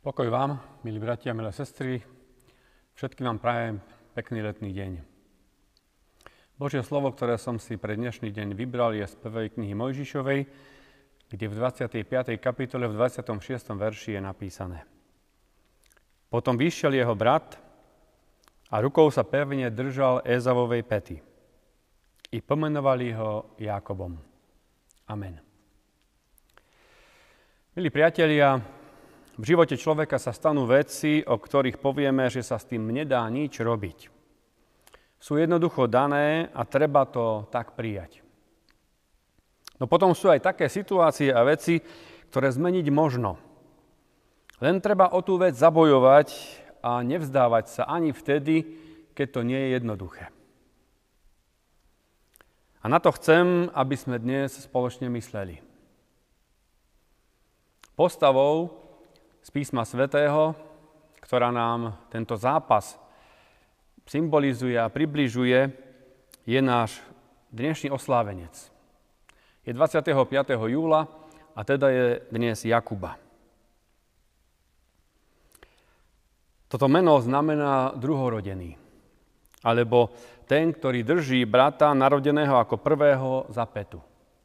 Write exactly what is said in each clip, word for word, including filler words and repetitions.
Pokoj vám, milí bratia, milé sestry, všetkým vám prajem pekný letný deň. Božie slovo, ktoré som si pre dnešný deň vybral, je z prvej knihy Mojžišovej, kde v dvadsiatej piatej kapitole v dvadsiatom šiestom verši je napísané: Potom vyšiel jeho brat a rukou sa pevne držal Ézavovej päty. I pomenovali ho Jákobom. Amen. Milí priatelia, v živote človeka sa stanú veci, o ktorých povieme, že sa s tým nedá nič robiť. Sú jednoducho dané a treba to tak prijať. No potom sú aj také situácie a veci, ktoré zmeniť možno. Len treba o tú vec zabojovať a nevzdávať sa ani vtedy, keď to nie je jednoduché. A na to chcem, aby sme dnes spoločne mysleli. Postavou z písma svätého, ktorá nám tento zápas symbolizuje a približuje, je náš dnešný oslávenec. Je dvadsiateho piateho júla a teda je dnes Jakuba. Toto meno znamená druhorodený, alebo ten, ktorý drží brata narodeného ako prvého za pätu.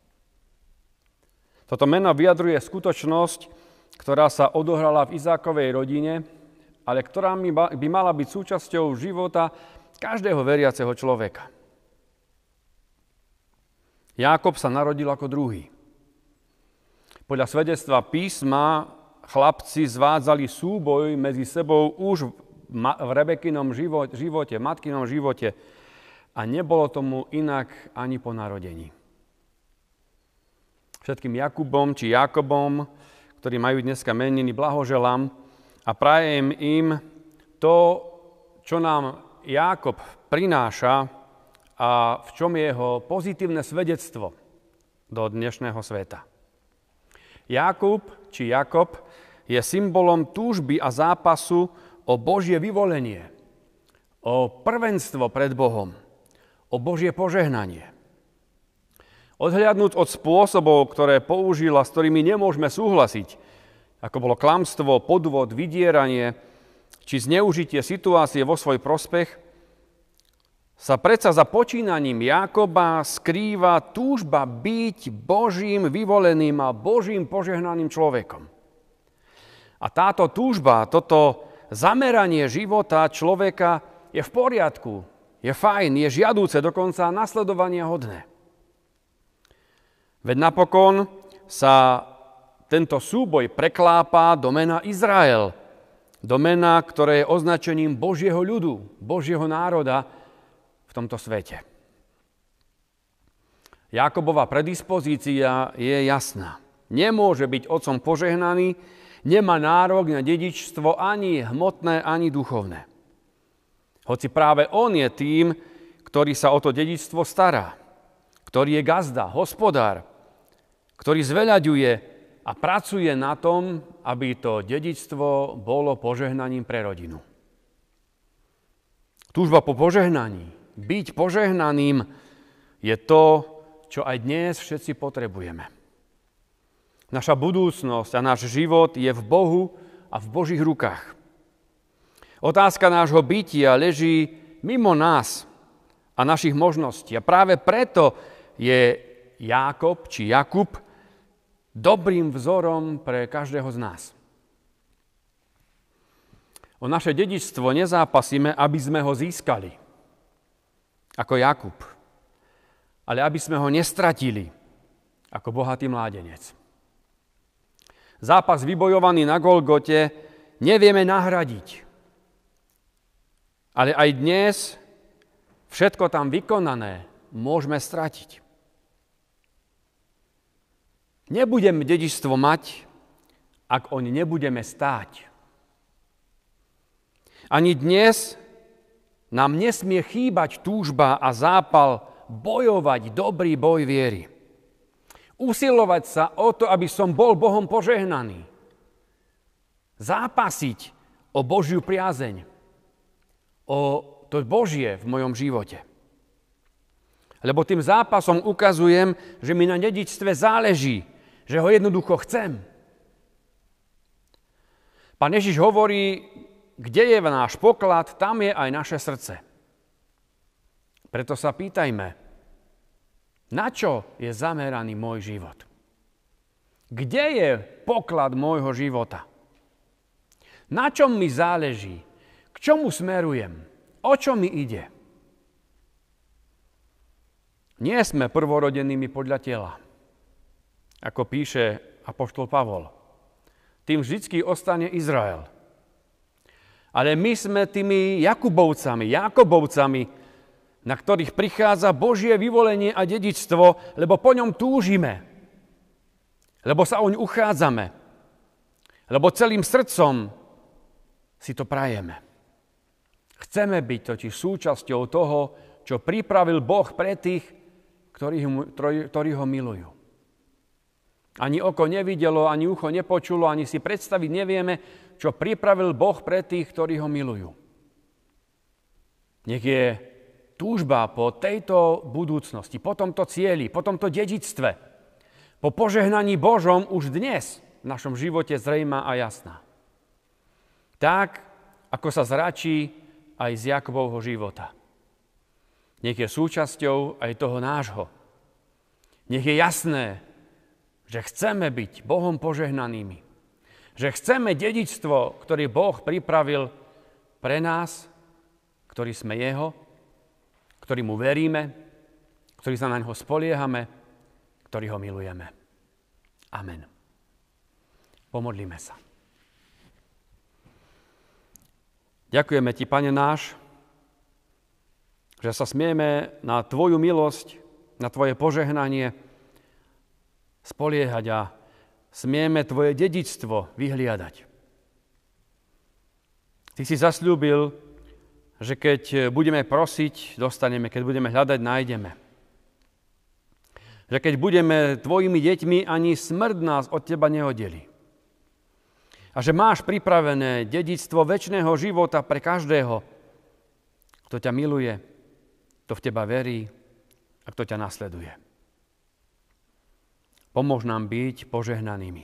Toto meno vyjadruje skutočnosť, ktorá sa odohrala v Izákovej rodine, ale ktorá by mala byť súčasťou života každého veriaceho človeka. Jákob sa narodil ako druhý. Podľa svedectva písma chlapci zvádzali súboj medzi sebou už v Rebekinom živote, živote, matkinom živote a nebolo tomu inak ani po narodení. Všetkým Jakubom či Jákobom, ktorí majú dneska meniny, blahoželám a prajem im to, čo nám Jákob prináša a v čom je jeho pozitívne svedectvo do dnešného sveta. Jákub, či Jakob, je symbolom túžby a zápasu o Božie vyvolenie, o prvenstvo pred Bohom, o Božie požehnanie. Odhliadnúť od spôsobov, ktoré použil a s ktorými nemôžeme súhlasiť, ako bolo klamstvo, podvod, vydieranie či zneužitie situácie vo svoj prospech, sa predsa za počínaním Jákoba skrýva túžba byť Božím vyvoleným a Božím požehnaným človekom. A táto túžba, toto zameranie života človeka je v poriadku, je fajn, je žiadúce, dokonca nasledovania hodné. Veď napokon sa tento súboj preklápa do mena Izrael, do mena, ktoré je označením Božieho ľudu, Božieho národa v tomto svete. Jákobova predispozícia je jasná. Nemôže byť otcom požehnaný, nemá nárok na dedičstvo ani hmotné, ani duchovné. Hoci práve on je tým, ktorý sa o to dedičstvo stará, ktorý je gazda, hospodár, ktorý zveľaďuje a pracuje na tom, aby to dedičstvo bolo požehnaním pre rodinu. Túžba po požehnaní, byť požehnaným, je to, čo aj dnes všetci potrebujeme. Naša budúcnosť a náš život je v Bohu a v Božích rukách. Otázka nášho bytia leží mimo nás a našich možností. A práve preto je Jákob či Jakub dobrým vzorom pre každého z nás. O naše dedičstvo nezápasíme, aby sme ho získali, ako Jakub, ale aby sme ho nestratili, ako bohatý mládenec. Zápas vybojovaný na Golgote nevieme nahradiť, ale aj dnes všetko tam vykonané môžeme stratiť. Nebudeme dedičstvo mať, ak oň nebudeme stáť. Ani dnes nám nesmie chýbať túžba a zápal bojovať dobrý boj viery. Usilovať sa o to, aby som bol Bohom požehnaný. Zápasiť o Božiu priazeň, o to Božie v mojom živote. Lebo tým zápasom ukazujem, že mi na dedičstve záleží, že ho jednoducho chcem. Pán Ježiš hovorí, kde je náš poklad, tam je aj naše srdce. Preto sa pýtajme, na čo je zameraný môj život? Kde je poklad môjho života? Na čom mi záleží? K čomu smerujem? O čo mi ide? Nie sme prvorodenými podľa tela, ako píše apoštol Pavol. Tým vždycky ostane Izrael. Ale my sme tými Jakubovcami, Jakobovcami, na ktorých prichádza Božie vyvolenie a dedičstvo, lebo po ňom túžime, lebo sa oň uchádzame, lebo celým srdcom si to prajeme. Chceme byť totiž súčasťou toho, čo pripravil Boh pre tých, ktorí ho, ktorí ho milujú. Ani oko nevidelo, ani ucho nepočulo, ani si predstaviť nevieme, čo pripravil Boh pre tých, ktorí ho milujú. Nech je túžba po tejto budúcnosti, po tomto cieli, po tomto dedičstve, po požehnaní Božom už dnes v našom živote zrejmá a jasná. Tak, ako sa zračí aj z Jakubovho života. Nech je súčasťou aj toho nášho. Nech je jasné, že chceme byť Bohom požehnanými. Že chceme dedičstvo, ktoré Boh pripravil pre nás, ktorí sme Jeho, ktorí mu veríme, ktorí sa na ňo spoliehame, ktorí ho milujeme. Amen. Pomodlíme sa. Ďakujeme ti, Pane náš, že sa smieme na tvoju milosť, na tvoje požehnanie spoliehať a smieme tvoje dedičstvo vyhliadať. Ty si zasľúbil, že keď budeme prosiť, dostaneme, keď budeme hľadať, nájdeme. Že keď budeme tvojimi deťmi, ani smrť nás od teba neoddelí. A že máš pripravené dedičstvo večného života pre každého, kto ťa miluje, kto v teba verí a kto ťa nasleduje. Pomôž nám byť požehnanými.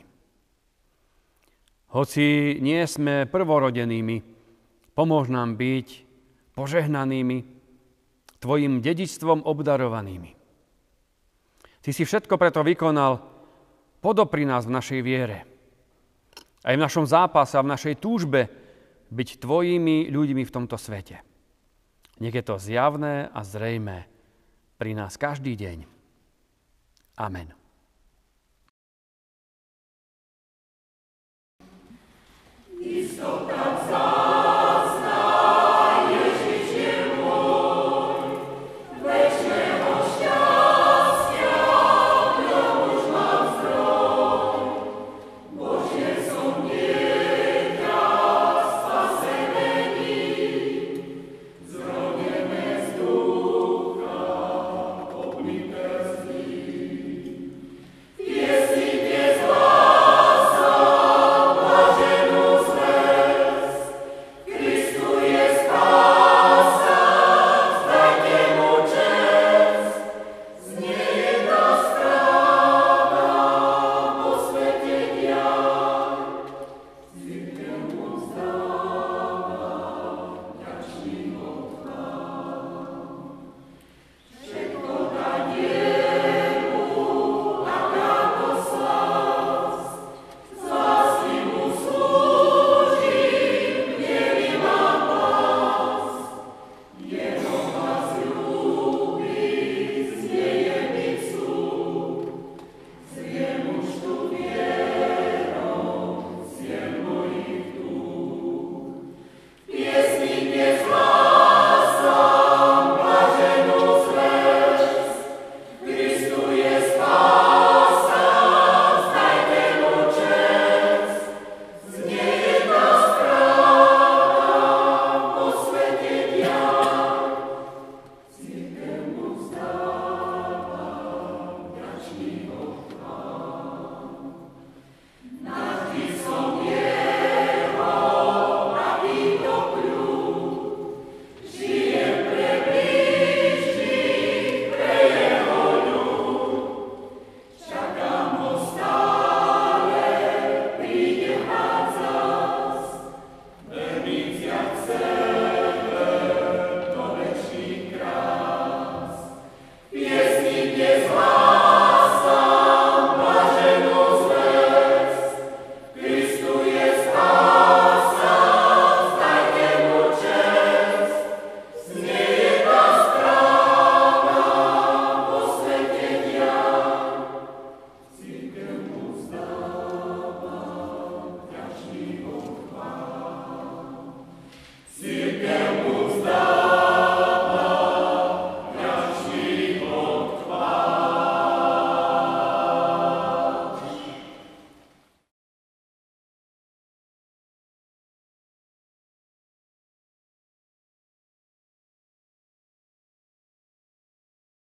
Hoci nie sme prvorodenými, pomôž nám byť požehnanými, tvojim dedičstvom obdarovanými. Ty si všetko preto vykonal, podopri nás v našej viere. Aj v našom zápase a v našej túžbe byť tvojimi ľuďmi v tomto svete. Nech je to zjavné a zrejmé pri nás každý deň. Amen. Istota